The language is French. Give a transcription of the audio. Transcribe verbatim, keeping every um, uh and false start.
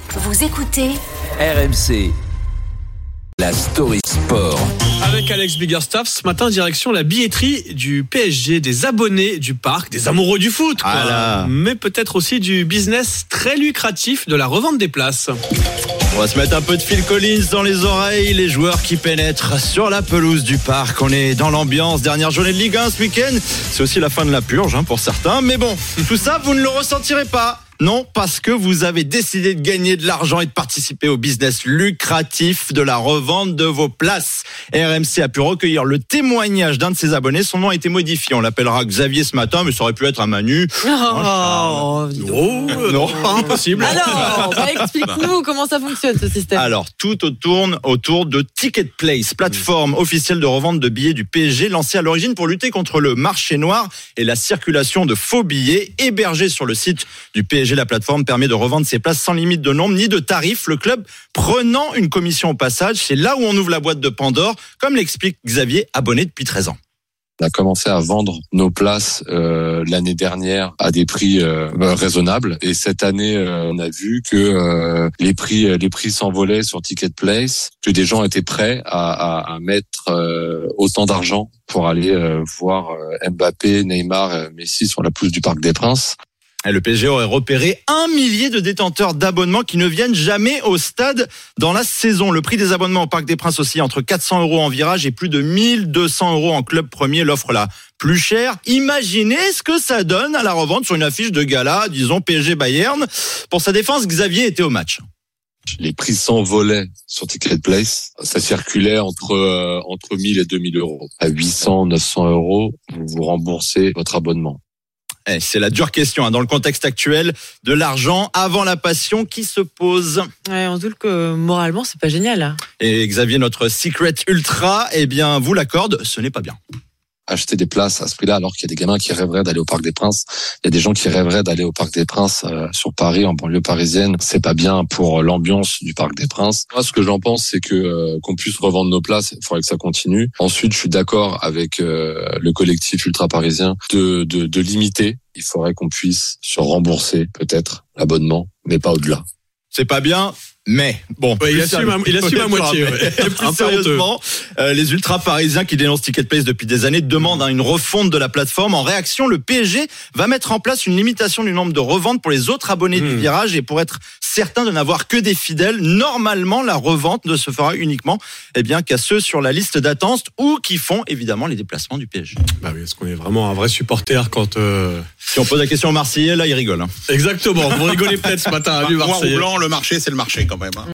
Vous écoutez R M C, la story sport. Avec Alex Biggerstaff, ce matin, direction la billetterie du P S G, des abonnés du parc, des amoureux du foot, quoi. Ah Mais peut-être aussi du business très lucratif de la revente des places. On va se mettre un peu de Phil Collins dans les oreilles, les joueurs qui pénètrent sur la pelouse du parc. On est dans l'ambiance, dernière journée de Ligue un ce week-end. C'est aussi la fin de la purge hein, pour certains. Mais bon, tout ça, vous ne le ressentirez pas. Non, parce que vous avez décidé de gagner de l'argent et de participer au business lucratif de la revente de vos places. R M C a pu recueillir le témoignage d'un de ses abonnés. Son nom a été modifié. On l'appellera Xavier ce matin, mais ça aurait pu être un Manu. Oh, oh non, non, impossible. Alors, bah, explique-nous comment ça fonctionne ce système. Alors, tout tourne autour de Ticket Place, plateforme officielle de revente de billets du P S G, lancée à l'origine pour lutter contre le marché noir et la circulation de faux billets. Hébergés sur le site du P S G, la plateforme permet de revendre ses places sans limite de nombre ni de tarif, le club prenant une commission au passage. C'est là où on ouvre la boîte de Pandore, comme l'explique Xavier, abonné depuis treize ans. On a commencé à vendre nos places euh, l'année dernière à des prix euh, raisonnables, et cette année euh, on a vu que euh, les prix les prix s'envolaient sur Ticket Place, que des gens étaient prêts à, à, à mettre euh, autant d'argent pour aller euh, voir euh, Mbappé, Neymar, euh, Messi sur la pelouse du Parc des Princes. Et le P S G aurait repéré un millier de détenteurs d'abonnements qui ne viennent jamais au stade dans la saison. Le prix des abonnements au Parc des Princes aussi entre quatre cents euros en virage et plus de mille deux cents euros en club premier, l'offre la plus chère. Imaginez ce que ça donne à la revente sur une affiche de gala, disons P S G Bayern. Pour sa défense, Xavier était au match. Les prix s'envolaient sur Ticket Place. Ça circulait entre euh, entre mille et deux mille euros. À huit cents, neuf cents euros, vous vous remboursez votre abonnement. C'est la dure question hein, dans le contexte actuel de l'argent avant la passion qui se pose. Ouais, on se doute que moralement c'est pas génial. Hein. Et Xavier, notre secret ultra, eh bien vous l'accorde, ce n'est pas bien. Acheter des places à ce prix-là alors qu'il y a des gamins qui rêveraient d'aller au Parc des Princes. Il y a des gens qui rêveraient d'aller au Parc des Princes euh, sur Paris, en banlieue parisienne. C'est pas bien pour l'ambiance du Parc des Princes. Moi, ce que j'en pense, c'est que euh, qu'on puisse revendre nos places. Il faudrait que ça continue. Ensuite, je suis d'accord avec euh, le collectif ultra parisien de, de, de limiter. Il faudrait qu'on puisse se rembourser peut-être l'abonnement, mais pas au-delà. C'est pas bien. Mais bon, ouais, il assume, il assume à moitié. Ouais. Plus sérieusement, euh, les ultra parisiens qui dénoncent Ticket Place depuis des années demandent hein, une refonte de la plateforme. En réaction, le P S G va mettre en place une limitation du nombre de reventes pour les autres abonnés mmh. du virage, et pour être certain de n'avoir que des fidèles, normalement la revente ne se fera uniquement eh bien qu'à ceux sur la liste d'attente ou qui font évidemment les déplacements du P S G. Bah oui, est-ce qu'on est vraiment un vrai supporter quand euh... si on pose la question aux Marseillais, là ils rigolent. Hein. Exactement. Vous rigolez peut-être ce matin, lui Marseillais. Noir ou blanc, le marché c'est le marché quand même. Hein.